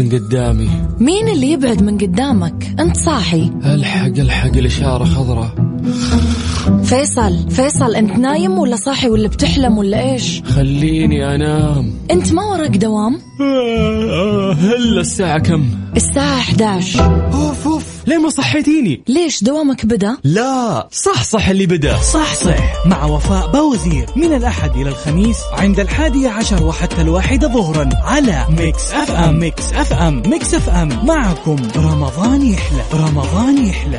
من قدامي. مين اللي يبعد من قدامك؟ أنت صاحي. الحق الإشارة خضراء. فيصل أنت نايم ولا صاحي ولا بتحلم ولا إيش؟ خليني أنام. أنت ما وراك دوام؟ هلا الساعة كم؟ الساعة 11. أوف ليه ما صحيتيني؟ ليش دوامك بدأ؟ لا صح اللي بدأ. صح مع وفاء بوزير من الأحد إلى الخميس عند 11 وحتى 1 ظهرا على ميكس اف ام. معكم رمضان يحلى.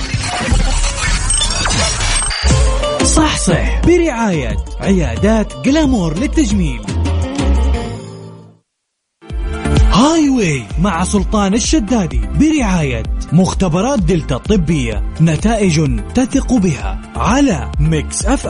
صح برعاية عيادات جلامور للتجميل. هاي واي مع سلطان الشدادي برعاية مختبرات دلتا الطبية، نتائج تثق بها على ميكس اف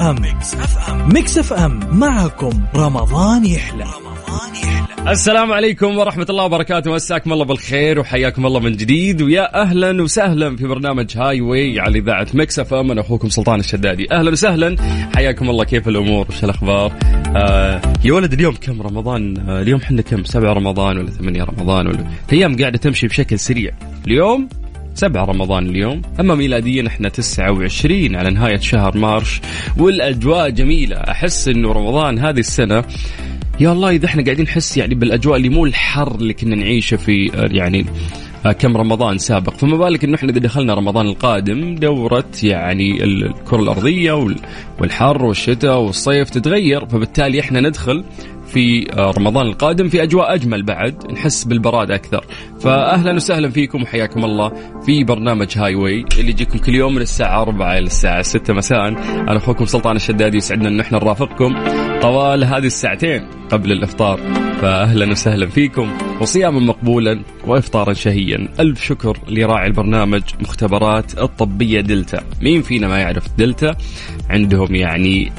ام. معكم رمضان يحلى. السلام عليكم ورحمة الله وبركاته، مساكم الله بالخير وحياكم الله من جديد، ويا أهلا وسهلا في برنامج هاي واي على إذاعة ميكس اف ام. أنا أخوكم سلطان الشدادي، أهلا وسهلا، حياكم الله. كيف الأمور وش الأخبار؟ يا ولد اليوم كم رمضان؟ اليوم حنا كم؟ 7 رمضان ولا 8 رمضان ولا؟ الأيام قاعدة تمشي بشكل سريع. اليوم 7 رمضان اليوم، أما ميلاديا احنا 29 على نهاية شهر مارش، والأجواء جميلة. أحس إنه رمضان هذه السنة يا الله إذا احنا قاعدين نحس يعني بالأجواء اللي مو الحر اللي كنا نعيشه في يعني كم رمضان سابق، فما بالك إنه احنا إذا دخلنا رمضان القادم دورة يعني الكرة الأرضية والحر والشتاء والصيف تتغير، فبالتالي احنا ندخل في رمضان القادم في أجواء أجمل، بعد نحس بالبراد أكثر. فأهلا وسهلا فيكم وحياكم الله في برنامج هاي واي اللي يجيكم كل يوم من الساعة 4 إلى الساعة 6 مساء. أنا أخوكم سلطان الشدادي، يسعدنا أن احنا نرافقكم طوال هذه الساعتين قبل الإفطار. فأهلا وسهلا فيكم، وصياما مقبولا وإفطارا شهيا. ألف شكر لراعي البرنامج مختبرات الطبية دلتا. مين فينا ما يعرف دلتا؟ عندهم يعني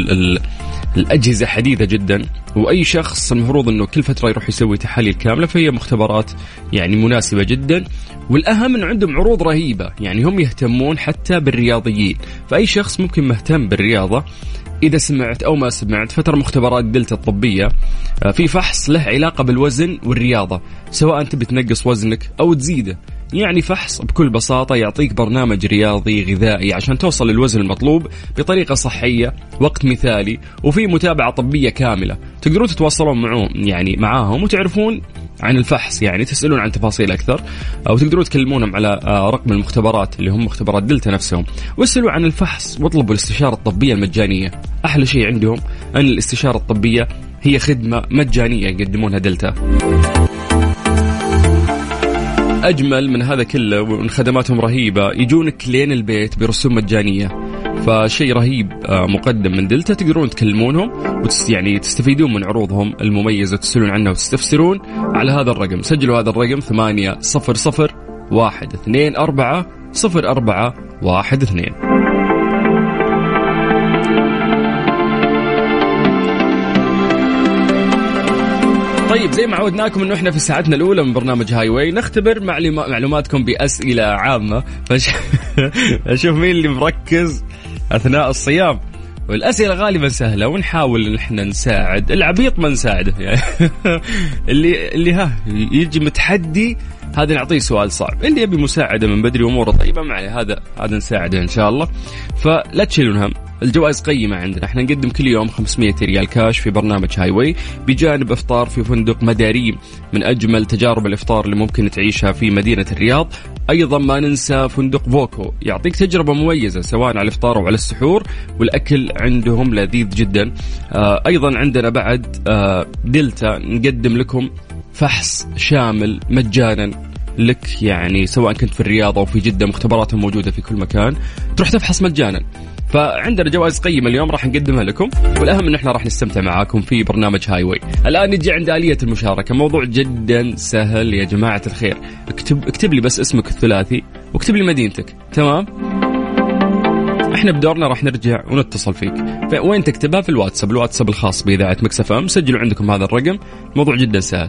الأجهزة حديثة جدا، وأي شخص المفروض أنه كل فترة يروح يسوي تحاليل كاملة، فهي مختبرات يعني مناسبة جدا. والأهم أنه عندهم عروض رهيبة، يعني هم يهتمون حتى بالرياضيين، فأي شخص ممكن مهتم بالرياضة إذا سمعت أو ما سمعت، فترة مختبرات دلتا الطبية في فحص له علاقة بالوزن والرياضة، سواء أنت بتنقص وزنك أو تزيده. يعني فحص بكل بساطة يعطيك برنامج رياضي غذائي عشان توصل للوزن المطلوب بطريقة صحية، وقت مثالي، وفي متابعة طبية كاملة. تقدرون تتواصلون معاهم وتعرفون عن الفحص، يعني تسألون عن تفاصيل أكثر، أو تقدرون تكلمونهم على رقم المختبرات اللي هم مختبرات دلتا نفسهم، واسألوا عن الفحص واطلبوا الاستشارة الطبية المجانية. أحلى شيء عندهم أن الاستشارة الطبية هي خدمة مجانية يقدمونها دلتا. أجمل من هذا كله ومن خدماتهم رهيبة، يجونك لين البيت برسوم مجانية، فشيء رهيب مقدم من دلتا. تقدرون تكلمونهم يعني تستفيدون من عروضهم المميزة وتسألون عنها وتستفسرون على هذا الرقم. سجلوا هذا الرقم 800-124-0412. طيب زي ما عودناكم انه احنا في ساعتنا الاولى من برنامج هاي واي نختبر معلوماتكم باسئله عامه، اشوف مين اللي مركز اثناء الصيام. والاسئله غالبا سهله، ونحاول ان احنا نساعد العبيط، ما نساعده يعني اللي يجي متحدي هذا نعطيه سؤال صعب، اللي يبي مساعده من بدري واموره طيبه معي هذا نساعده ان شاء الله. فلا تشيلون هم، الجوائز قيمة عندنا. احنا نقدم كل يوم 500 ريال كاش في برنامج هاي واي، بجانب افطار في فندق مداريم من اجمل تجارب الافطار اللي ممكن تعيشها في مدينة الرياض. ايضا ما ننسى فندق فوكو، يعطيك تجربة مميزة سواء على الافطار او على السحور، والاكل عندهم لذيذ جدا. ايضا عندنا بعد دلتا نقدم لكم فحص شامل مجانا لك، يعني سواء كنت في الرياض أو في جدة، مختبراتهم موجودة في كل مكان، تروح تفحص مجانا. فعندنا جوائز قيمة اليوم راح نقدمها لكم، والأهم إن إحنا راح نستمتع معاكم في برنامج هاي واي. الآن نجي عند آلية المشاركة، موضوع جدا سهل يا جماعة الخير. اكتب لي بس اسمك الثلاثي واكتب لي مدينتك، تمام؟ احنا بدورنا راح نرجع ونتصل فيك. وين تكتبها؟ في الواتساب الخاص بإذاعة ميكس اف ام. سجلوا عندكم هذا الرقم، موضوع جدا سهل،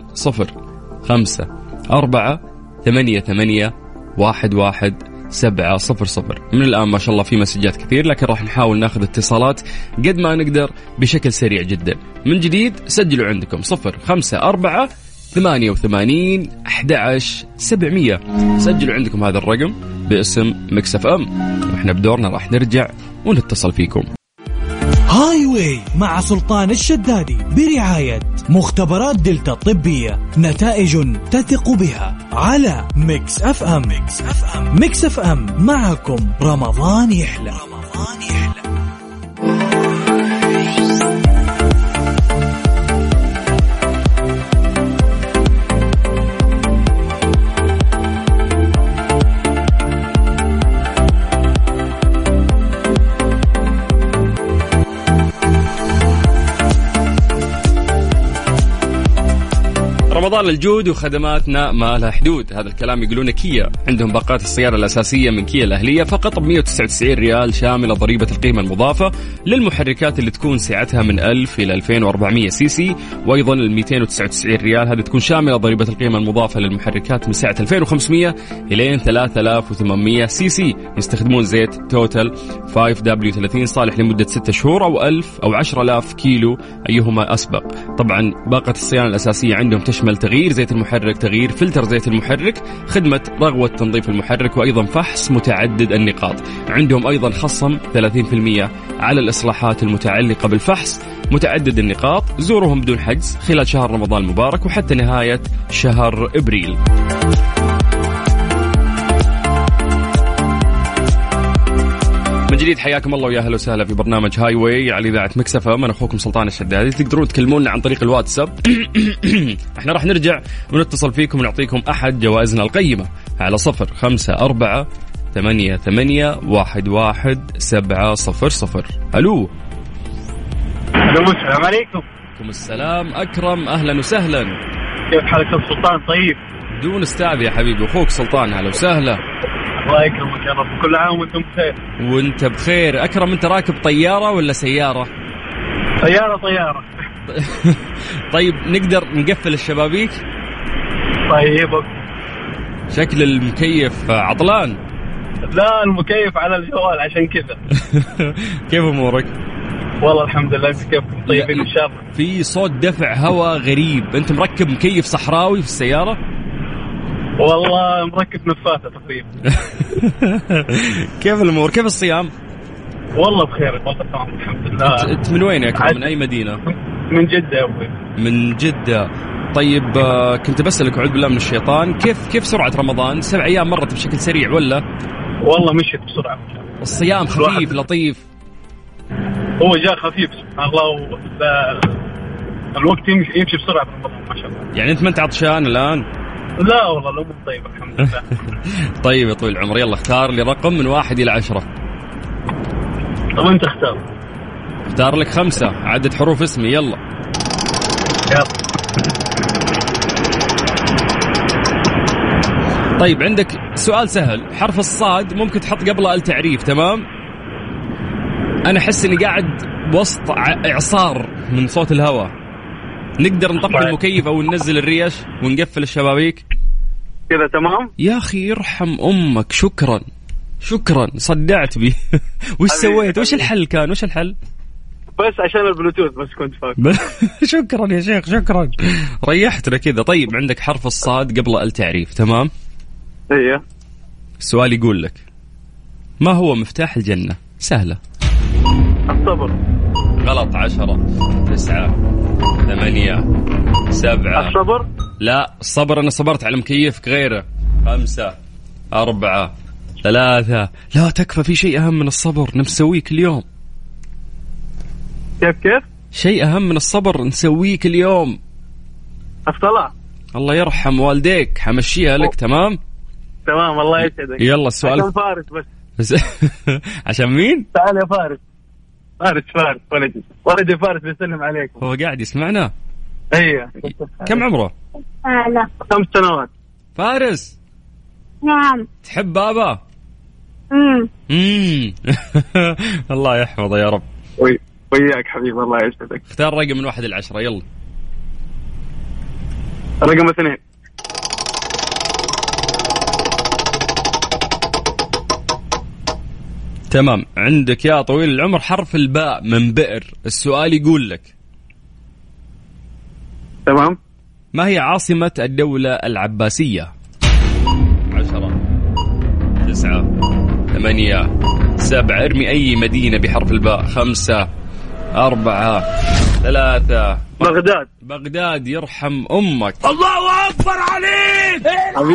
0548811700. من الآن ما شاء الله في مسجات كثير، لكن راح نحاول ناخذ اتصالات قد ما نقدر بشكل سريع جدا. من جديد سجلوا عندكم 0548811700. 88 11 700. سجلوا عندكم هذا الرقم باسم ميكس اف ام، واحنا بدورنا راح نرجع ونتصل فيكم. هاي واي مع سلطان الشدادي برعاية مختبرات دلتا الطبية، نتائج تثق بها على ميكس اف ام. ميكس اف ام معكم رمضان يحلى. رمضان للجود وخدماتنا ما لها حدود، هذا الكلام يقولون كيا. عندهم باقات السيارة الأساسية من كيا الأهلية فقط ب199 ريال شاملة ضريبة القيمة المضافة، للمحركات اللي تكون سعتها من 1000 إلى 2400 سي سي، وأيضا ال299 ريال هذه تكون شاملة ضريبة القيمة المضافة للمحركات من سعة 2500 إلى 3800 سي سي. يستخدمون زيت توتال 5W30 صالح لمدة 6 شهور أو 1000 أو 10000 كيلو أيهما أسبق. طبعا باقة الصيانة الأساسية عندهم تشمل تغيير زيت المحرك، تغيير فلتر زيت المحرك، خدمة رغوة تنظيف المحرك، وأيضا فحص متعدد النقاط. عندهم أيضا خصم 30% على الإصلاحات المتعلقة بالفحص متعدد النقاط. زوروهم بدون حجز خلال شهر رمضان المبارك وحتى نهاية شهر إبريل. من جديد حياكم الله ويا اهلا وسهلا في برنامج هاي واي على اذاعه ميكس اف ام. انا اخوكم سلطان الشدادي. تقدرون تكلمونا عن طريق الواتساب. احنا راح نرجع ونتصل فيكم ونعطيكم احد جوائزنا القيمه على 0548811700. الو السلام عليكم. وعليكم السلام. اكرم اهلا وسهلا. كيف حالك سلطان؟ طيب دون استعب يا حبيبي. اخوك سلطان اهلا وسهلا. الله يكرمك يا رب. كل عام وانتم بخير. وانت بخير. اكرم انت راكب طياره ولا سياره؟ طياره. طيب نقدر نقفل الشبابيك؟ طيب شكل المكيف عطلان. لا المكيف على الجوال عشان كذا. كيف امورك؟ والله الحمد لله. كيف طيبين ان شاء الله؟ في صوت دفع هواء غريب. انت مركب مكيف صحراوي في السياره؟ والله مركب نفاثة تقريبا. كيف الامور؟ كيف الصيام؟ والله بخير والله تمام الحمد لله. انت من وين يا اكرم؟ من اي مدينه؟ من جدة يا ابوي. من جدة. طيب كنت بسألك أعوذ بالله من الشيطان، كيف سرعة رمضان؟ 7 أيام مرت بشكل سريع ولا؟ والله مشيت بسرعة. الصيام خفيف لطيف. هو جاء خفيف سبحان الله. الوقت يمشي بسرعة في رمضان ما شاء الله. يعني أنت ما أنت عطشان الآن؟ لا والله الأمور طيبة الحمد لله. طيب يا طويل العمر يلا اختار لي رقم من 1 إلى 10. طب أنت اختار لك 5 عدد حروف اسمي يلا. طيب عندك سؤال سهل. حرف الصاد ممكن تحط قبله التعريف تمام؟ أنا أحس إني قاعد وسط إعصار من صوت الهواء. نقدر نطفي المكيف أو ننزل الريش ونقفل الشبابيك كذا تمام؟ يا أخي يرحم أمك. شكرا صدعت بي. وش سويت؟ وش الحل كان؟ وش الحل؟ بس عشان البلوتوث بس كنت فاكر. شكرا يا شيخ شكرا ريحتنا كذا. طيب عندك حرف الصاد قبل التعريف تمام؟ ايه. السؤال يقول لك ما هو مفتاح الجنة؟ سهلة. الصبر. غلط. 10 9 8 7. الصبر؟ لا الصبر أنا صبرت على مكيفك غيره. 5 4 3. لا تكفى. في شيء أهم من الصبر نسويه كل يوم. كيف؟ شيء أهم من الصبر نسويه كل يوم. الصلاة. الله يرحم والديك. حمشيها لك تمام؟ تمام الله يسعدك. يلا السؤال. عشان فارس بس. عشان مين؟ تعال يا فارس. فارس ولدي فارس بيسلم عليكم. هو قاعد يسمعنا؟ ايه. كم عمره؟ 5 سنوات. فارس. نعم. تحب بابا؟ الله يحفظه يا رب. وياك حبيبي الله يسعدك. اختار رقم من 1 إلى 10 يلا. رقم 2. تمام. عندك يا طويل العمر حرف الباء من بئر. السؤال يقول لك تمام ما هي عاصمة الدولة العباسية؟ 10 9 8 7. ارمي أي مدينة بحرف الباء. 5 4 3. بغداد يرحم أمك. الله أكبر عليك.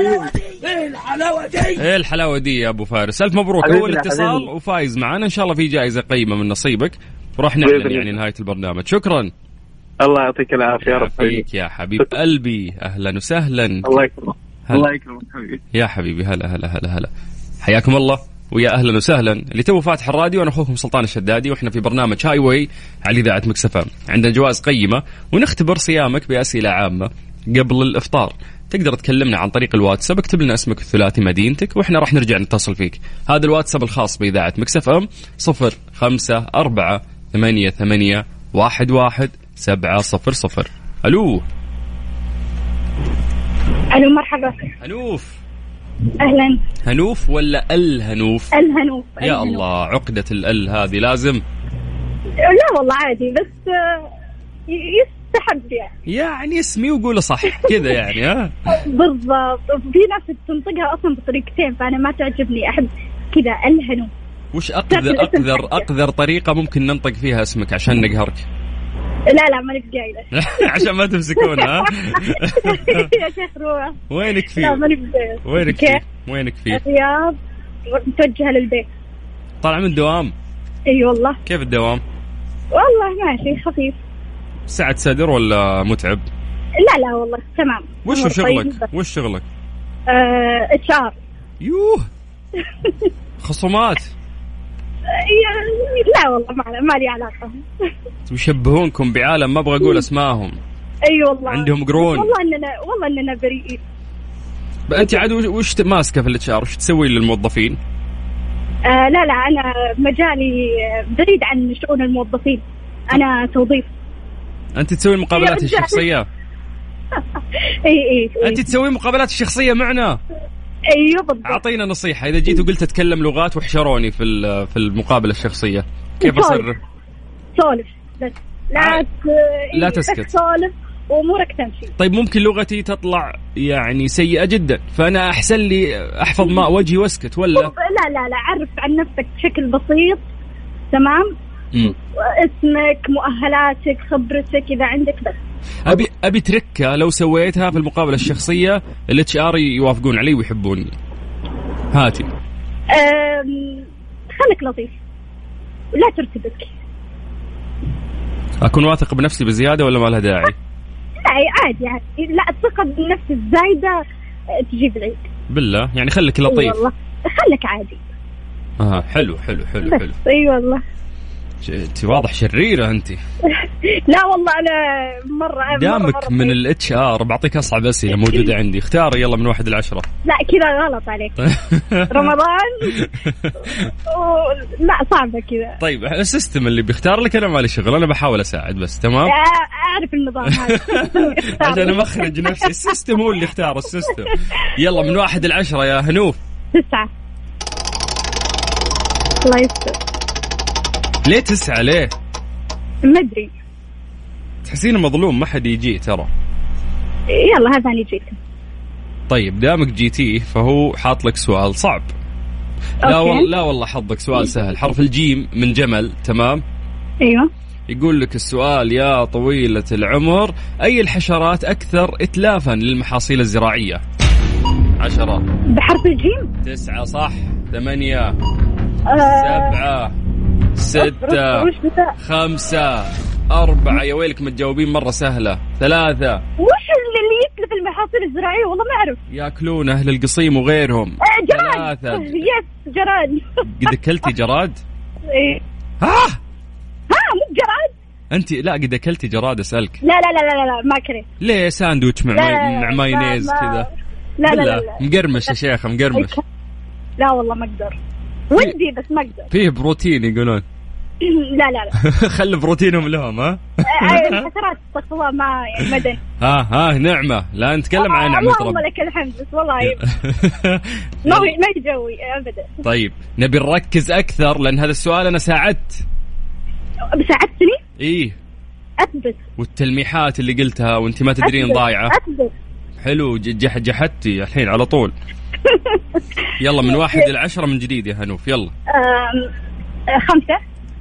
ايه الحلاوة دي يا أبو فارس. ألف مبروك، أول اتصال وفايز معنا. إن شاء الله في جائزة قيمة من نصيبك وراح نعلن يعني نهاية البرنامج. شكرا. الله يعطيك العافية يا رب. فيك يا حبيب قلبي، أهلا وسهلا. الله يكرمك. الله يكرمك حبيبي يا حبيبي. هلا حياكم الله ويا أهلا وسهلا. اللي تو فاتح الراديو، أنا أخوكم سلطان الشدادي، وإحنا في برنامج هاي واي على إذاعة ميكس اف ام. عندنا جوائز قيمة ونختبر صيامك بأسئلة عامة قبل الإفطار. تقدر تكلمنا عن طريق الواتساب، اكتب لنا اسمك الثلاثي مدينتك وإحنا راح نرجع نتصل فيك. هذا الواتساب الخاص بإذاعة ميكس اف ام 0548811700. ألو مرحبا. هنوف. أهلا. هنوف ولا الهنوف؟ الهنوف. يا الله، عقدة الأل هذه لازم. لا والله عادي، بس يستحب يعني اسمي وقوله صح كذا يعني. ها بالضبط. في ناس تنطقها أصلا بطريقتين، فأنا ما تعجبني، أحب كذا الهنوف. وش أقذر طريقة ممكن ننطق فيها اسمك عشان نقهرك؟ لا ما نبقى قايلة عشان ما تمسكون. ها يا شيخ روح. وينك فيه؟ لا ما نبقى. وينك فيه؟ الرياض، متوجهة للبيت. طالع من الدوام؟ اي والله. كيف الدوام؟ والله ماشي خفيف. سعة صدر ولا متعب؟ لا والله تمام. وش شغلك؟ HR. يوه خصومات؟ لا والله ما لي علاقة. يشبهونكم بعالم ما أبغى أقول أسمائهم. أي والله عندهم قرون. والله إننا بريئين. أنت عاد وش ماسكة في الاتشار؟ وش تسوي للموظفين؟ لا أنا مجالي بعيد عن شؤون الموظفين، أنا توظيف. أنت تسوي المقابلات الشخصية؟ إيه. أنت تسوي مقابلات الشخصية معنا؟ ايوه بالضبط. اعطينا نصيحه اذا جيت وقلت اتكلم لغات وحشروني في المقابله الشخصيه، كيف اصرف؟ سولف بس لا تسكت، سولف وامورك تمشي. طيب ممكن لغتي تطلع يعني سيئه جدا، فانا احسن لي احفظ ماء وجهي واسكت ولا؟ لا عرف عن نفسك بشكل بسيط. تمام. اسمك، مؤهلاتك، خبرتك اذا عندك. بس ابي تركه لو سويتها في المقابله الشخصيه الاتش ار يوافقون علي ويحبوني. هاتي. خليك لطيف، لا ترتبك. اكون واثق بنفسي بزياده ولا ما لها داعي؟ لا عادي. لا، الثقه بالنفس الزايده تجيب العيد. بالله يعني خليك لطيف. والله خليك عادي. حلو. اي والله. انت واضح شريره انت. لا والله انا مره دامك من الاتش ار بعطيك اصعب اسئله موجوده عندي. اختار يلا من 1 إلى 10. لا كذا غلط عليك. رمضان. لا صعبه كذا. طيب السيستم اللي بيختار لك انا مالي شغل، انا بحاول اساعد بس. تمام. اعرف النظام هذا عشان امخرج نفسي. السيستم هو اللي اختار السيستم. يلا من 1 إلى 10 يا هنوف. 9. الله يستر. ليه 9 ليه؟ ما ادري. تحسين مظلوم، ما حد يجي ترى. يلا هذا أنا جيت. طيب دامك جيتيه فهو حاط لك سؤال صعب. لا والله حظك سؤال سهل. حرف الجيم من جمل. تمام. ايوه. يقول لك السؤال: يا طويلة العمر، أي الحشرات أكثر إتلافا للمحاصيل الزراعية؟ 10. بحرف الجيم. 9 صح. 8 7 6 5 4. يا ويلك متجاوبين مرة سهلة. 3. وش اللي يتلف المحاصيل الزراعية؟ والله ما أعرف. ياكلون أهل القصيم وغيرهم. جراد. 3. يس جراد. قد أكلتي جراد؟ إيه. مو جراد. أنت لا قد أكلتي جراد أسألك؟ لا ما كرهت. ليه ساندويتش مع مايونيز كذا؟ لا مقرمش يا شيخ مقرمش. لا والله ما أقدر. ودي بس ما أقدر. فيه بروتين يقولون. لا خلي بروتينهم لهم. الحشرات استغفر ما مدن. نعمة. لا نتكلم عن نعمة ربنا. اللهم لك الحمد. بس والله ما يجوي أبدا. طيب نبي نركز أكثر لأن هذا السؤال أنا ساعدتني. ساعدتني؟ إيه. أثبت. والتلميحات اللي قلتها وانت ما تدرين ضايعة. أثبت. حلو، جحدتي الحين على طول. يلا من 1 إلى 10 من جديد يا هنوف، يلا. 5.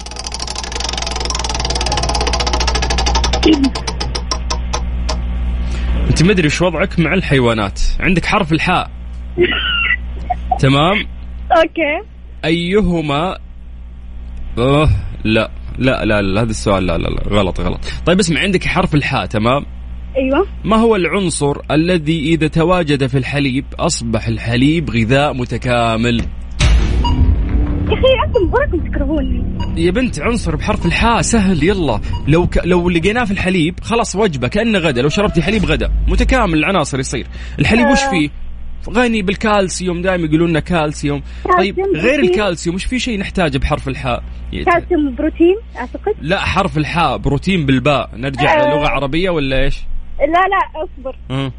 انت مدري ايش وضعك مع الحيوانات، عندك حرف الحاء. تمام. اوكي. ايهما لا لا لا لا، هذا السؤال لا لا لا، غلط. طيب اسمع، عندك حرف الحاء. تمام. ايوه. ما هو العنصر الذي اذا تواجد في الحليب اصبح الحليب غذاء متكامل؟ يا اخي انتم براكم تكرهوني يا بنت. عنصر بحرف الحاء سهل، يلا. لو لقيناه في الحليب خلاص وجبه كأنه غدا. لو شربتي حليب غدا متكامل العناصر يصير. الحليب وش فيه؟ غني بالكالسيوم، دائما يقولون لنا كالسيوم. طيب غير الكالسيوم وش في شيء نحتاجه بحرف الحاء؟ كالسيوم وبروتين اعتقد. لا، حرف الحاء بروتين بالباء. نرجع لغة عربية ولا ايش؟ لا اصبر.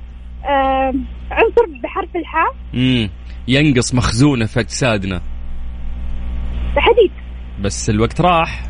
عنصر بحرف الحاء ينقص مخزونه في اجسادنا. حديد. بس الوقت راح.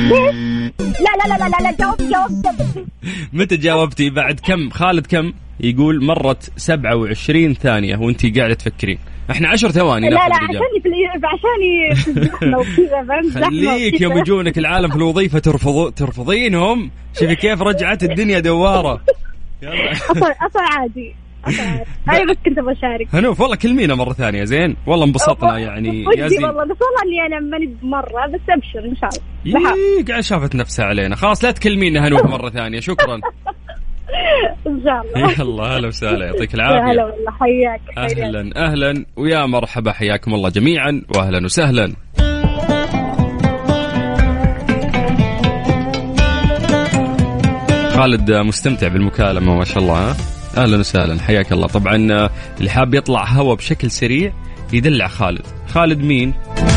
لا جاوب. متى جاوبتي؟ بعد كم؟ خالد كم يقول؟ مرت 27 ثانية وانتي قاعدة تفكرين. احنا 10 ثواني. لا عشاني في الزحمة وكذا. خليك يوم يجونك العالم في الوظيفة ترفضينهم. شوفي كيف رجعت الدنيا دوارة. أصلا عادي. أنا بس كنت بشارك. هنوف والله كلمينا مرة ثانية زين، والله انبسطنا يعني يا زين. والله بس والله إني أنا ماني مرة، بس أبشر إن شاء الله. قاعد شافت نفسها علينا. خلاص لا تكلمينا هنوف مرة ثانية. شكرا. إن شاء الله. يلا هلا وسهلا، يعطيك العافية. هلا والله، حياك. أهلا ويا مرحبا، حياكم الله جميعا وأهلا وسهلا. خالد مستمتع بالمكالمة ما شاء الله. أهلا وسهلا، حياك الله. طبعا اللي حاب يطلع هوا بشكل سريع يدلع خالد. خالد مين؟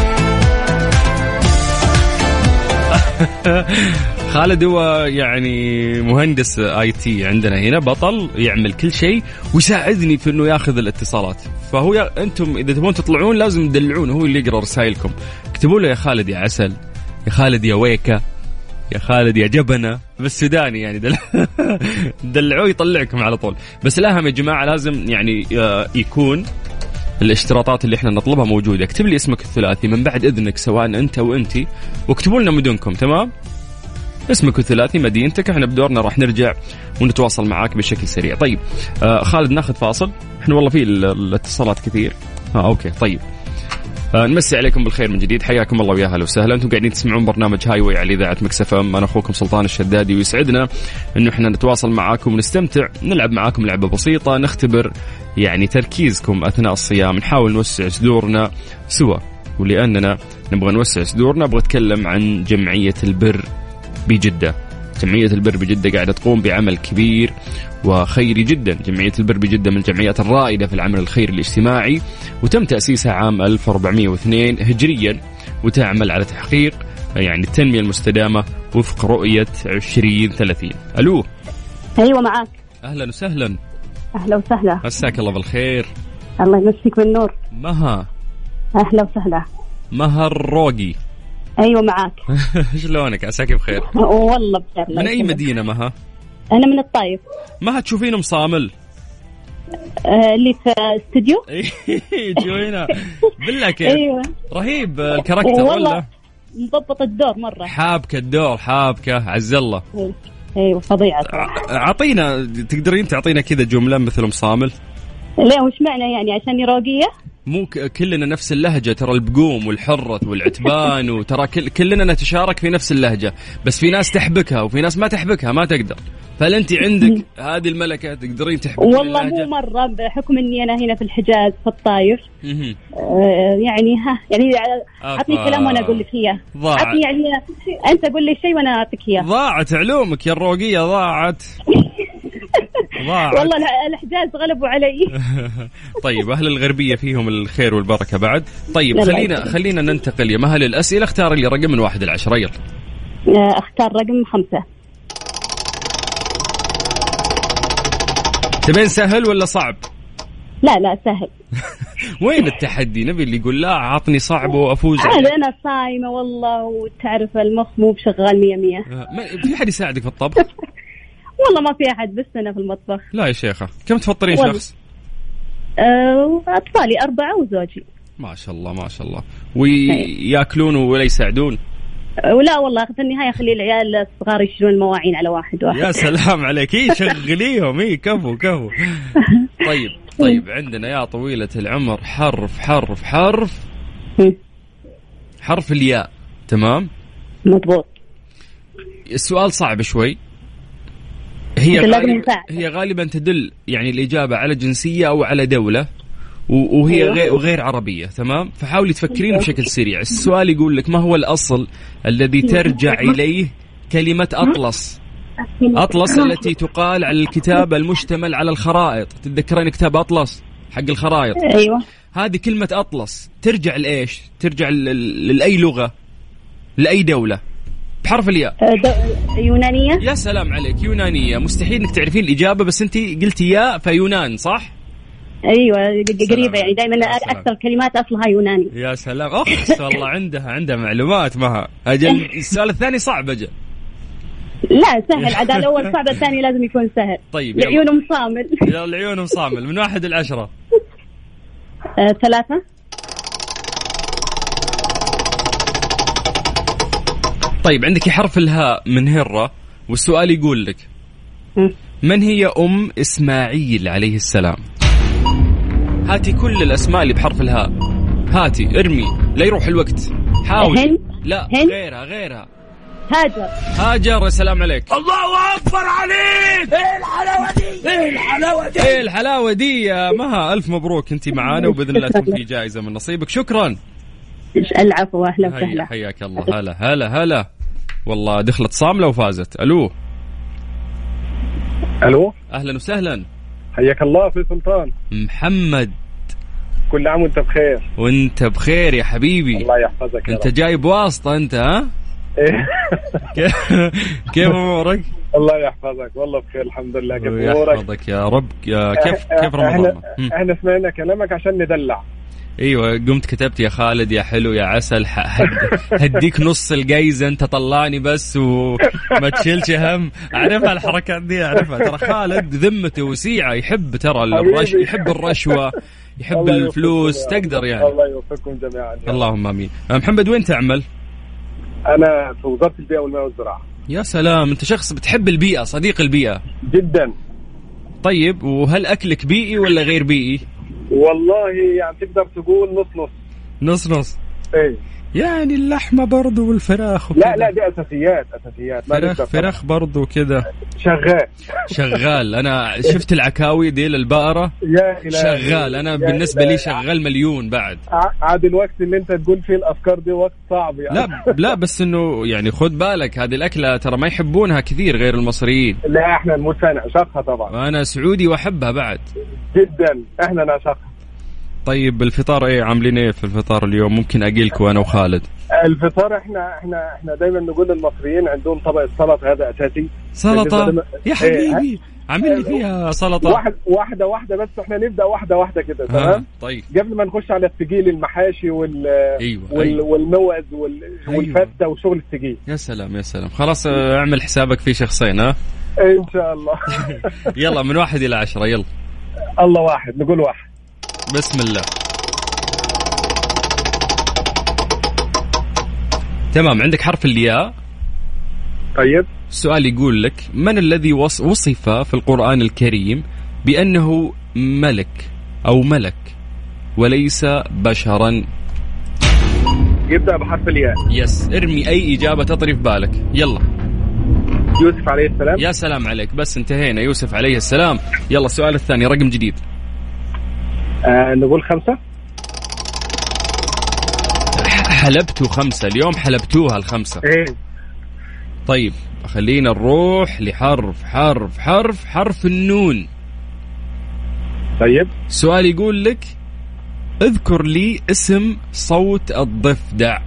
خالد هو يعني مهندس IT عندنا هنا، بطل يعمل كل شيء ويساعدني في انه ياخذ الاتصالات. فهو انتم اذا تبون تطلعون لازم تدلعون، هو اللي يقرأ رسائلكم. اكتبوا له يا خالد يا عسل، يا خالد يا ويكا، يا خالد يا جبنة بالسوداني يعني. دلعوه يطلعكم على طول. بس الأهم يا جماعة لازم يعني يكون الاشتراطات اللي احنا نطلبها موجودة. اكتب لي اسمك الثلاثي من بعد إذنك، سواء أنت وأنتي، واكتبوا لنا مدنكم. تمام؟ اسمك الثلاثي، مدينتك. احنا بدورنا راح نرجع ونتواصل معاك بشكل سريع. طيب خالد ناخذ فاصل. احنا والله في الاتصالات كثير. اوكي طيب. نمسي عليكم بالخير من جديد، حياكم الله ويا اهلا وسهلا. انتم قاعدين تسمعون برنامج هاي واي على اذاعه مكس اف ام. انا اخوكم سلطان الشدادي، ويسعدنا انه احنا نتواصل معاكم ونستمتع، نلعب معاكم لعبه بسيطه، نختبر يعني تركيزكم اثناء الصيام، نحاول نوسع صدورنا سوا. ولاننا نبغى نوسع صدورنا ابغى اتكلم عن جمعيه البر بجده. جمعية البر بجدة قاعدة تقوم بعمل كبير وخيري جدا. جمعية البر بجدة من الجمعيات الرائدة في العمل الخيري الاجتماعي، وتم تأسيسها عام 1402 هجريا، وتعمل على تحقيق يعني التنمية المستدامة وفق رؤية 2030. ألو. أيوة معاك. أهلا وسهلا. أهلا وسهلا. مساك الله بالخير. الله يمسيك بالنور. مها. أهلا وسهلا. مها الروقي. أيوة معاك. شلونك؟ عساك بخير. والله بخير. من أي مدينة مها؟ أنا من الطايف. مها تشوفين مصامل؟ اللي في استوديو. جوينا بالله كيف. أيوة. رهيب الكاركتر ولا؟ مضبط الدور مرة. حابكة الدور، حابكة عز الله. أيوة فظيعة. أعطينا، تقدرين تعطينا كذا جملة مثل مصامل؟ لا وش معنى يعني؟ عشان راقية؟ مو كلنا نفس اللهجة، ترى البقوم والحرة والعتبان وترى كلنا نتشارك في نفس اللهجة، بس في ناس تحبكها وفي ناس ما تحبكها، ما تقدر. فأنت عندك هذه الملكة تقدرين تحبكين والله اللهجة. مو مرة بحكم إني أنا هنا في الحجاز في الطايف. يعني يعني أعطني كلام وأنا أقول لك إياه. أعطني يعني أنت قول لي شيء وأنا أعطيك إياه. ضاعت علومك يا الروقية، ضاعت. والله الحجاز غلبوا علي. طيب أهل الغربية فيهم الخير والبركة بعد. طيب خلينا ننتقل يا مها للأسئلة. اختار لي رقم من 1 إلى 10. يلا. اختار رقم 5. تبين سهل ولا صعب؟ لا سهل. وين التحدي؟ نبي اللي يقول لا عطني صعب وأفوز. أنا صايمة والله، وتعرف المخ مو بشغال 100. في حد يساعدك في الطبخ؟ والله ما في أحد، بس أنا في المطبخ. لا يا شيخة، كم تفطرين شخص؟ أطفالي 4 وزوجي. ما شاء الله ما شاء الله. ويأكلون ولا يساعدون؟ ولا والله في النهاية خلي العيال الصغار يشيلون المواعين على واحد. يا سلام عليك، شغليهم كفو. طيب عندنا يا طويلة العمر حرف الياء. تمام مضبوط. السؤال صعب شوي. هي غالبا تدل يعني الإجابة على جنسية أو على دولة، وهي غير عربية. تمام، فحاولي تفكرين بشكل سريع. السؤال يقول لك ما هو الأصل الذي ترجع إليه كلمة أطلس التي تقال على الكتاب المشتمل على الخرائط. تتذكرين كتاب أطلس حق الخرائط؟ أيوة. هذه كلمة أطلس ترجع لإيش؟ ترجع لأي لغة، لأي دولة بحرف الياء؟ يونانية. يا سلام عليك، يونانية. مستحيل انك تعرفين الإجابة، بس انت قلتي ياء فيونان صح؟ ايوه قريبة، يعني دائما اكثر كلمات اصلها يوناني. يا سلام، والله عندها معلومات. معها اجل. السؤال الثاني صعب اجل. لا سهل، عاد الاول صعب، الثاني لازم يكون سهل. طيب العيون مصامل. يا العيون مصامل. من 1 إلى 10. 3. طيب عندك حرف الهاء من هرة، والسؤال يقول لك من هي أم إسماعيل عليه السلام؟ هاتي كل الأسماء اللي بحرف الهاء، هاتي ارمي لا يروح الوقت، حاول. لا غيرها. هاجر. يا سلام عليك. الله أكبر عليك. ايه الحلاوة دي يا مها. ألف مبروك، انتي معانا وبإذن الله تكون في جائزة من نصيبك. شكرا. العفو، أهلا وسهلا. حياك الله. هلا والله دخلت صاملة وفازت. ألو أهلا وسهلا. حياك الله. في سلطان محمد، كل عام وانت بخير. وانت بخير يا حبيبي. الله يحفظك. انت جايب واسطة انت، ها؟ كيف امورك؟ الله يحفظك، والله بخير الحمد لله. كيف امورك؟ يحفظك يا رب. كيف رمضان؟ احنا سمعنا كلامك عشان ندلع. ايوه، قمت كتبت يا خالد يا حلو يا عسل هديك نص الجايزة، انت طلعني بس وما تشيلش هم. اعرفها الحركات دي، اعرفها. ترى خالد ذمته وسيعة، يحب يحب الرشوة، يحب الفلوس. تقدر يعني. الله يوفقكم جميعا. اللهم امين. محمد وين تعمل؟ انا في وزارة البيئة والماء والزراعة. يا سلام، انت شخص بتحب البيئة، صديق البيئة جدا. طيب وهل اكلك بيئي ولا غير بيئي؟ والله يعني تقدر تقول نص. ايه يعني اللحمة برضو والفراخ لا دي اساسيات. فراخ برضو كده. شغال. انا شفت العكاوي دي للبقرة شغال. انا بالنسبة لي شغال مليون بعد. عاد الوقت اللي انت تقول فيه الافكار دي وقت صعب يعني. لا بس انه يعني خد بالك، هذه الاكلة ترى ما يحبونها كثير غير المصريين. لا احنا نعشقها طبعا. انا سعودي واحبها بعد جدا. احنا نعشقها. طيب الفطار ايه عاملين ايه في الفطار اليوم؟ ممكن اجيلك وانا وخالد. الفطار احنا دايما نقول للمصريين عندهم طبق السلطه، هذا اساسي. سلطه يا حبيبي، عامل لي فيها سلطه واحده بس. احنا نبدا واحده كده. تمام. طيب قبل ما نخش على الثقيل، المحاشي أيوة. والموز والفته وشغل الثقيل. يا سلام خلاص اعمل حسابك في شخصين. ها ان شاء الله. يلا من 1 إلى 10. يلا الله واحد. نقول 1. بسم الله. تمام، عندك حرف الياء. طيب السؤال يقول لك من الذي وصف في القرآن الكريم بأنه ملك أو ملك وليس بشرا؟ يبدأ بحرف الياء. يس، ارمي أي إجابة تطري في بالك. يلا. يوسف عليه السلام. يا سلام عليك، بس انتهينا. يوسف عليه السلام. يلا السؤال الثاني، رقم جديد. نقول 5. حلبتوا 5 اليوم، حلبتوها 5. ايه. طيب خلينا نروح حرف النون. طيب السؤال يقول لك اذكر لي اسم صوت الضفدع.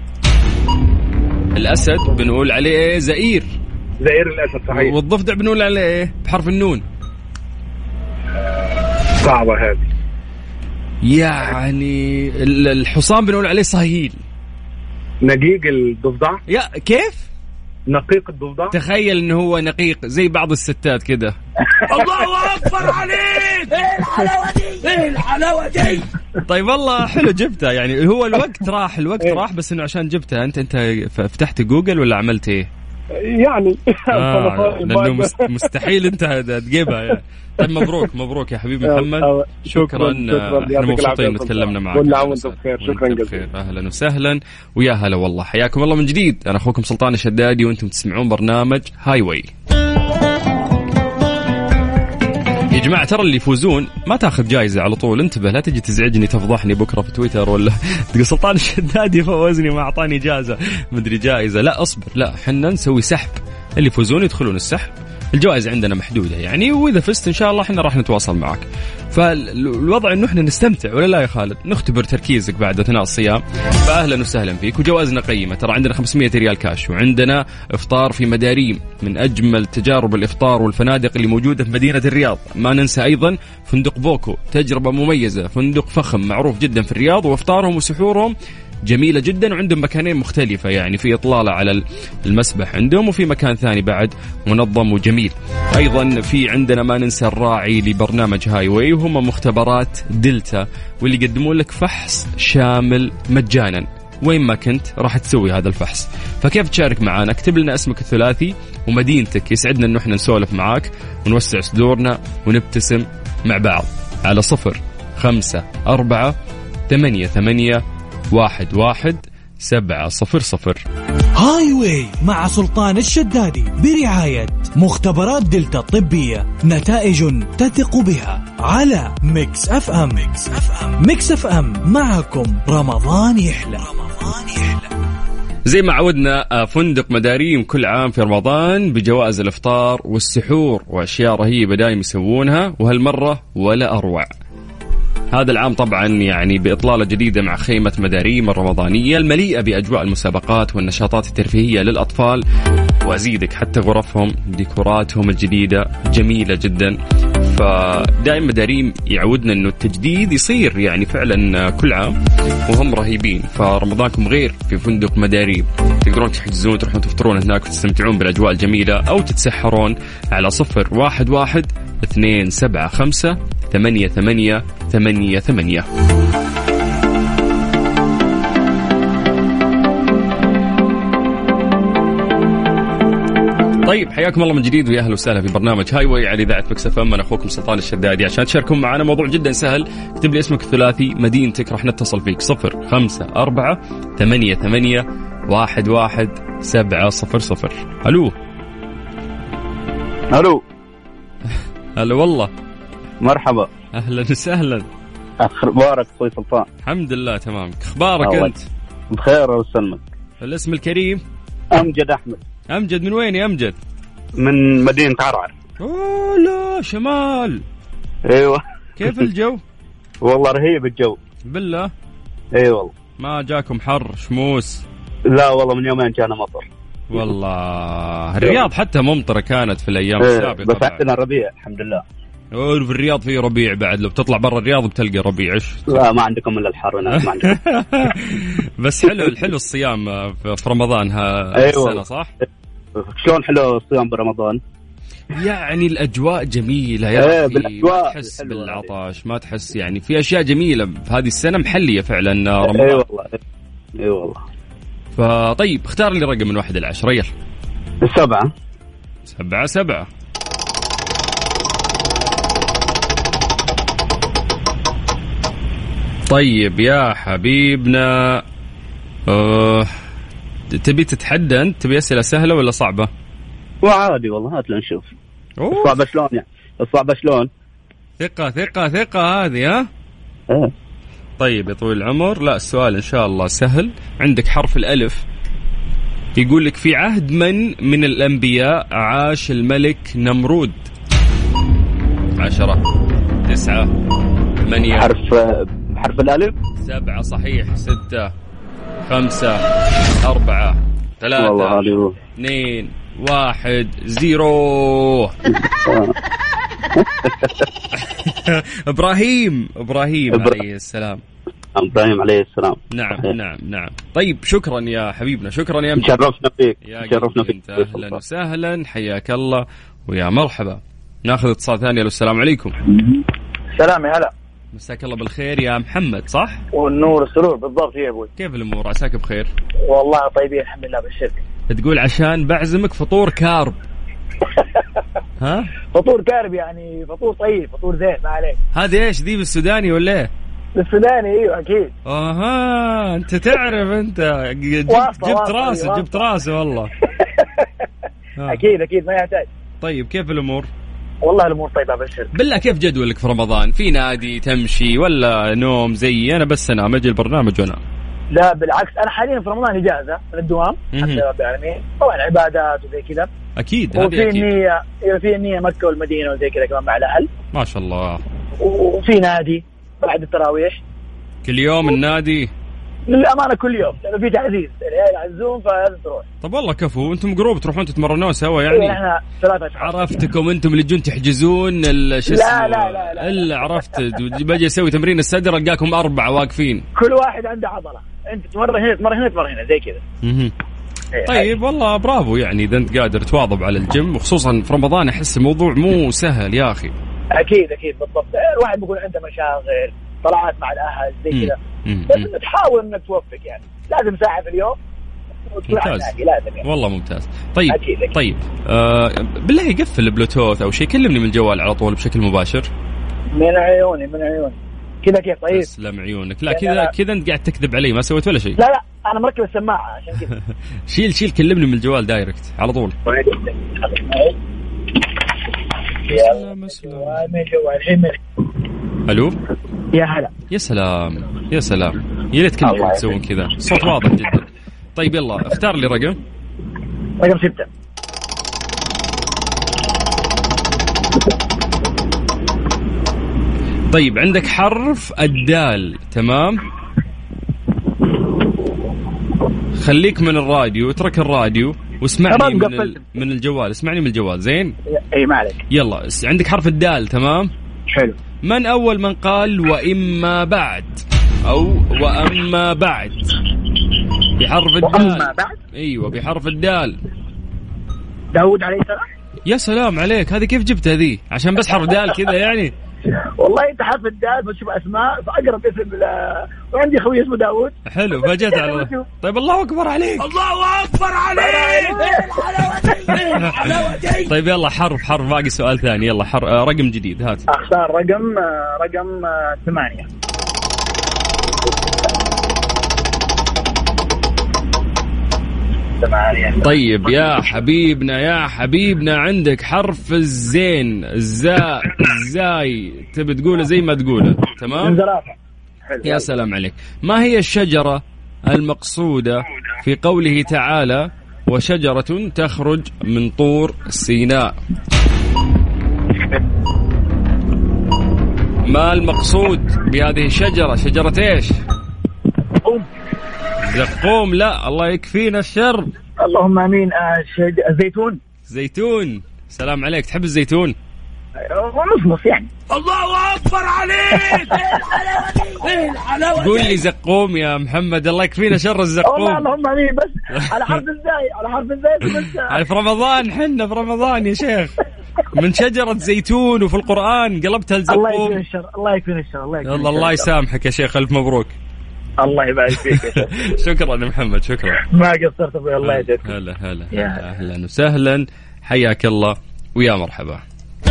الأسد بنقول عليه ايه؟ زئير الأسد، صحيح. والضفدع بنقول عليه ايه بحرف النون؟ صعبة هذه. يعني الحصان بنقول عليه صهيل. نقيق الضفدع. يا كيف؟ نقيق الضفدع. تخيل انه هو نقيق زي بعض الستات كده. الله اكبر عليك. ايه الحلاوه دي، ايه الحلاوه دي. طيب والله حلو جبتها، يعني هو الوقت راح بس انه عشان جبتها. انت فتحت جوجل ولا عملت ايه يعني؟ لانه مستحيل انت تجيبها يعني. طيب مبروك يا حبيبي محمد. شكرا احنا مبسوطين تكلمنا معك. كل عام وانتم بخير. شكرا جزيلا. اهلا وسهلا ويا هلا والله. حياكم الله من جديد. انا اخوكم سلطان الشدادي وانتم تسمعون برنامج هاي واي. يا جماعة ترى اللي يفوزون ما تاخذ جائزة على طول. انتبه لا تجي تزعجني تفضحني بكرة في تويتر ولا تقول سلطان الشدادي فوزني ما أعطاني جائزة مدري جائزة. لا أصبر، لا حنا نسوي سحب. اللي يفوزون يدخلون السحب. الجوائز عندنا محدودة يعني، وإذا فزت إن شاء الله إحنا راح نتواصل معك. فالوضع إنه إحنا نستمتع ولا لا يا خالد؟ نختبر تركيزك بعد أثناء الصيام. فأهلا وسهلا فيك. وجوائزنا قيمة ترى، عندنا 500 ريال كاش، وعندنا إفطار في مداريم من أجمل تجارب الإفطار والفنادق اللي موجودة في مدينة الرياض. ما ننسى أيضا فندق بوكو، تجربة مميزة، فندق فخم معروف جدا في الرياض، وإفطارهم وسحورهم جميلة جدا. وعندهم مكانين مختلفة يعني، في إطلالة على المسبح عندهم، وفي مكان ثاني بعد منظم وجميل. أيضا في عندنا ما ننسى الراعي لبرنامج هاي واي، وهم مختبرات دلتا، واللي يقدمون لك فحص شامل مجانا وين ما كنت راح تسوي هذا الفحص. فكيف تشارك معنا؟ اكتب لنا اسمك الثلاثي ومدينتك، يسعدنا انه احنا نسولف معاك ونوسع صدورنا ونبتسم مع بعض على 0548811700. هاي واي مع سلطان الشدادي برعاية مختبرات دلتا الطبية، نتائج تثق بها على ميكس اف ام. ميكس اف ام معكم رمضان يحلى. زي ما عودنا فندق مداريم كل عام في رمضان بجوائز الافطار والسحور واشياء رهيبة دايم يسوونها، وهالمرة ولا اروع. هذا العام طبعا يعني بإطلالة جديدة مع خيمة مداريم الرمضانية المليئة بأجواء المسابقات والنشاطات الترفيهية للأطفال. وأزيدك حتى غرفهم ديكوراتهم الجديدة جميلة جدا. فدائما مداريم يعودنا أنه التجديد يصير يعني فعلا كل عام، وهم رهيبين. فرمضانكم غير في فندق مداريم، تقدرون تحجزون تروحون تفطرون هناك وتستمتعون بالأجواء الجميلة، أو تتسحرون على 011-275-8888. طيب حياكم الله من جديد ويا اهلا وسهلا في برنامج هاي واي على اذاعه مكس اف ام. انا اخوكم سلطان الشدادي. عشان تشاركون معنا موضوع جدا سهل، اكتب لي اسمك الثلاثي مدينتك، راح نتصل فيك 0548811700. الو هلا والله. مرحبا. اهلا وسهلا. اخبارك اخوي سلطان؟ الحمد لله تمام. اخبارك انت؟ بخير وسلمك. الاسم الكريم؟ امجد احمد. امجد من وين يا امجد؟ من مدينة عرعر. اوه لا شمال. ايوه. كيف الجو؟ والله رهيب الجو. بالله؟ اي والله. ما جاكم حر شموس؟ لا والله من يومين جانا مطر. والله الرياض حتى ممطرة كانت في الايام السابقة. بس عندنا ربيع الحمد لله. في الرياض فيه ربيع بعد، لو بتطلع برا الرياض بتلقى ربيع. ايش؟ لا ما عندكم الا الحر هناك ما عندكم. بس حلو الصيام في رمضان السنة صح؟ شلون حلو الصيام برمضان؟ يعني الأجواء جميلة يا أخي، ما تحس بالعطش، ما تحس يعني في أشياء جميلة في هذه السنة محلية فعلا رمضان. أي والله أي والله. فطيب اختار لي رقم من 1 إلى 10. يلا 7. 7. طيب يا حبيبنا تبي تتحدى أنت؟ تبي أسئلة سهلة ولا صعبة؟ وعادي والله هات نشوف. الصعبة شلون يعني؟ الصعبة شلون؟ ثقة هذه ها؟ طيب يا طويل العمر، لا السؤال إن شاء الله سهل. عندك حرف الألف. يقول لك في عهد من الأنبياء عاش الملك نمرود؟ 10 9 8 حرف الألف. 7 صحيح. 6 5 4 3 2 1 0. إبراهيم عليه السلام. إبراهيم عليه السلام. نعم. طيب شكرا يا حبيبنا، شكرا يا مجد. شرفنا فيك. أهلا وسهلا، حياك الله ويا مرحبا. ناخذ اتصال ثاني. السلام عليكم. سلام يا هلا. مساك الله بالخير يا محمد، صح؟ والنور السرور بالضبط يا ابوي. كيف الامور؟ عساك بخير والله طيبين الحمد لله بالشركة. تقول عشان بعزمك فطور كارب. ها؟ فطور كارب يعني فطور طيب، فطور زين ما عليك. هذه ايش دي بالسوداني ولا ايه؟ بالسوداني ايوه اكيد. انت تعرف، انت جبت راسي والله. اكيد ما يحتاج. طيب كيف الامور؟ والله الامور طيبه بالشر. بالله كيف جدولك في رمضان؟ في نادي تمشي ولا نوم زي انا بس انا اجي البرنامج وانا؟ لا بالعكس، انا حاليا في رمضان اجازه من الدوام الحمد لله رب العالمين. طبعا عبادات وزي كذا اكيد. وفي النية في النية مكه والمدينه وزي كذا كمان مع الاهل ما شاء الله. وفي نادي بعد التراويح كل يوم النادي؟ للأمانة كل يوم لأنه في تعزيز العيال يعزون فلازم تروح. طب والله كفو، أنتم جروب تروحون تتمرنون سوا يعني؟ إحنا 3 أشخاص. عرفتكم أنتم اللي جون تحجزون لا إلا عرفت باجي أسوي تمرين الصدر ألقاكم 4 واقفين. كل واحد عنده عضلة، أنت تمر هنا تمر هنا زي كذا. طيب والله برافو يعني إذا أنت قادر تواظب على الجيم، وخصوصا في رمضان أحس الموضوع مو سهل يا أخي. أكيد بالضبط. الواحد بيكون عنده مشاغل، طلعات مع الأهل زي كذا، بس تحاول انك توفق يعني. لازم ساعة في اليوم. ممتاز لازم يعني. والله ممتاز. طيب أكيد. طيب بالله يقفل البلوتوث او شيء، كلمني من الجوال على طول بشكل مباشر. من عيوني كذا كيف. طيب تسلم عيونك. لا كذا انت قاعد تكذب علي، ما سويت ولا شيء. لا انا مركب السماعة عشان كذا. شيل كلمني من الجوال دايركت على طول. الو يا هلا. يا سلام يا ليت كلكم تسوون كذا، صوت واضح جدا. طيب يلا اختار لي رقم 6. طيب عندك حرف الدال، تمام؟ خليك من الراديو، اترك الراديو واسمعني من الجوال. اسمعني من الجوال زين؟ اي ما عليك. يلا عندك حرف الدال، تمام؟ حلو. من أول من قال وإما بعد أو وأما بعد بحرف الدال؟ وأما بعد؟ أيوة بحرف الدال. داود عليه السلام. يا سلام عليك، هذه كيف جبتها ذي؟ عشان بس حرف دال كذا يعني؟ والله انت حرف الدال بتشوف اسماء فاقرب اسم وعندي اخوي اسمه داود. حلو فجأت على. طيب الله اكبر عليك. الله اكبر عليك. طيب يلا حرف باقي سؤال ثاني. يلا رقم جديد هات. اختار رقم 8. طيب يا حبيبنا عندك حرف الزين، الزاي تبي تقوله زي ما تقوله، تمام؟ يا سلام عليك. ما هي الشجرة المقصودة في قوله تعالى وشجرة تخرج من طور سيناء؟ ما المقصود بهذه الشجرة؟ شجرة ايش؟ زقوم. لا الله يكفينا الشر. اللهم امين. زيتون. سلام عليك. تحب الزيتون؟ نص يعني. الله اكبر عليك. ايه الحلاوه. قول لي زقوم يا محمد، الله يكفينا شر الزقوم. اللهم امين. بس على حرف الزاي بس. في رمضان، حنا في رمضان يا شيخ. من شجرة زيتون وفي القرآن قلبتها الزقوم. الله يكفينا الشر. الله يسامحك يا شيخ، ألف مبروك. الله يبارك فيك يا شيخ. شكرا يا محمد، شكرا. ما قصرت ابوي. الله يجزاك. هلا اهلا وسهلا، حياك الله ويا مرحبا.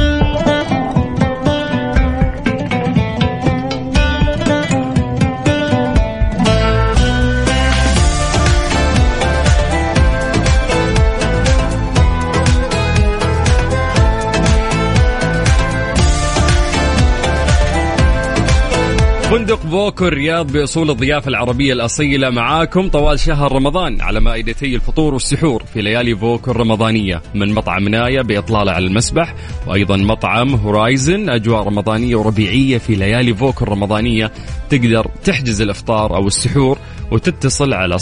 فندق فوكو الرياض بأصول الضيافة العربية الأصيلة معاكم طوال شهر رمضان على مائدتي الفطور والسحور في ليالي فوكو الرمضانية، من مطعم نايا بإطلالة على المسبح، وأيضا مطعم هورايزن أجواء رمضانية وربيعية في ليالي فوكو الرمضانية. تقدر تحجز الإفطار أو السحور وتتصل على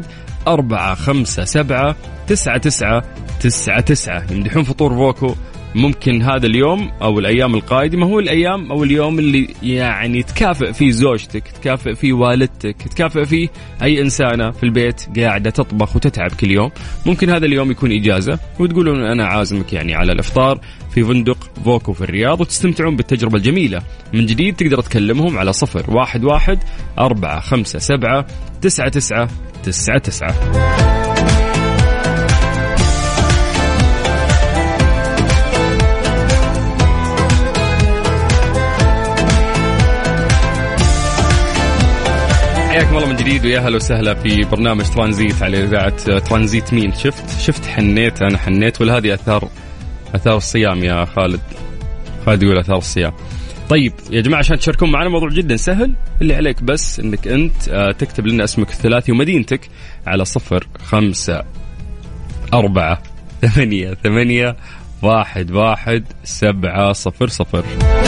011-457-9999. يمدحون فطور فوكو ممكن هذا اليوم أو الأيام القادمة هو الأيام أو اليوم اللي يعني تكافئ فيه زوجتك، تكافئ فيه والدتك، تكافئ فيه أي إنسانة في البيت قاعدة تطبخ وتتعب كل يوم. ممكن هذا اليوم يكون إجازة وتقولون أنا عازمك يعني على الإفطار في فندق فوكو في الرياض وتستمتعون بالتجربة الجميلة. من جديد تقدر تكلمهم على 0114579999. حياكم الله من جديد ويا هلا وسهلا في برنامج ترانزيت على إذاعة ترانزيت. مين شفت حنيت أنا حنيت ولا هذه أثار الصيام يا خالد يقول أثار الصيام. طيب يا جماعة عشان تشاركون معنا موضوع جدا سهل، اللي عليك بس إنك أنت تكتب لنا اسمك الثلاثي ومدينتك على 0548811700.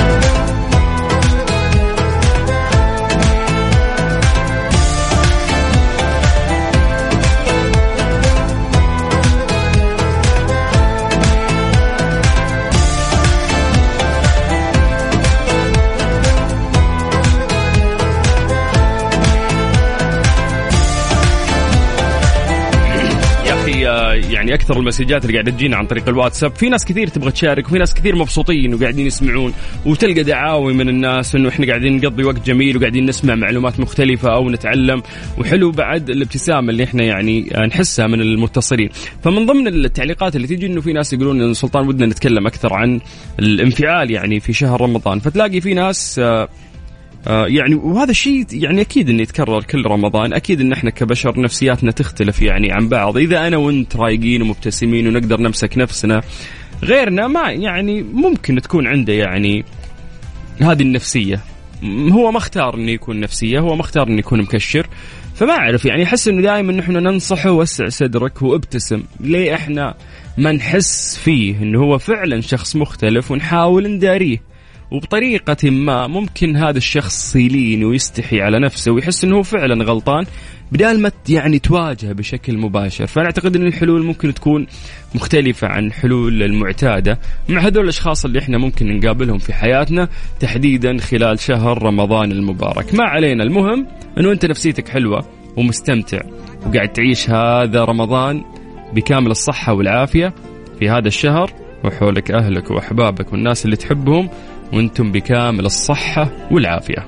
يعني أكثر المسجات اللي قاعدة تجينا عن طريق الواتساب، في ناس كثير تبغى تشارك وفي ناس كثير مبسوطين وقاعدين يسمعون، وتلقى دعاوي من الناس إنه إحنا قاعدين نقضي وقت جميل وقاعدين نسمع معلومات مختلفة أو نتعلم، وحلو بعد الابتسامة اللي إحنا يعني نحسها من المتصلين. فمن ضمن التعليقات اللي تيجي إنه في ناس يقولون إن سلطان ودنا نتكلم أكثر عن الانفعال يعني في شهر رمضان، فتلاقي في ناس يعني وهذا الشيء يعني أكيد إنه يتكرر كل رمضان. أكيد إن إحنا كبشر نفسياتنا تختلف يعني عن بعض. إذا أنا وأنت رايقين ومبتسمين ونقدر نمسك نفسنا، غيرنا ما يعني ممكن تكون عنده يعني هذه النفسية. هو ما اختار إنه يكون نفسية، هو ما اختار إنه يكون مكشر. فما أعرف يعني أحس إنه دائما نحن ننصحه وسع صدرك وابتسم. ليه إحنا ما نحس فيه إنه هو فعلا شخص مختلف ونحاول نداريه وبطريقة ما؟ ممكن هذا الشخص يلين ويستحي على نفسه ويحس أنه فعلا غلطان بدال ما يعني تواجهه بشكل مباشر. فأنا أعتقد أن الحلول ممكن تكون مختلفة عن الحلول المعتادة مع هذول الأشخاص اللي إحنا ممكن نقابلهم في حياتنا تحديدا خلال شهر رمضان المبارك. ما علينا، المهم أنه أنت نفسيتك حلوة ومستمتع وقاعد تعيش هذا رمضان بكامل الصحة والعافية في هذا الشهر، وحولك أهلك وأحبابك والناس اللي تحبهم وأنتم بكامل الصحة والعافية.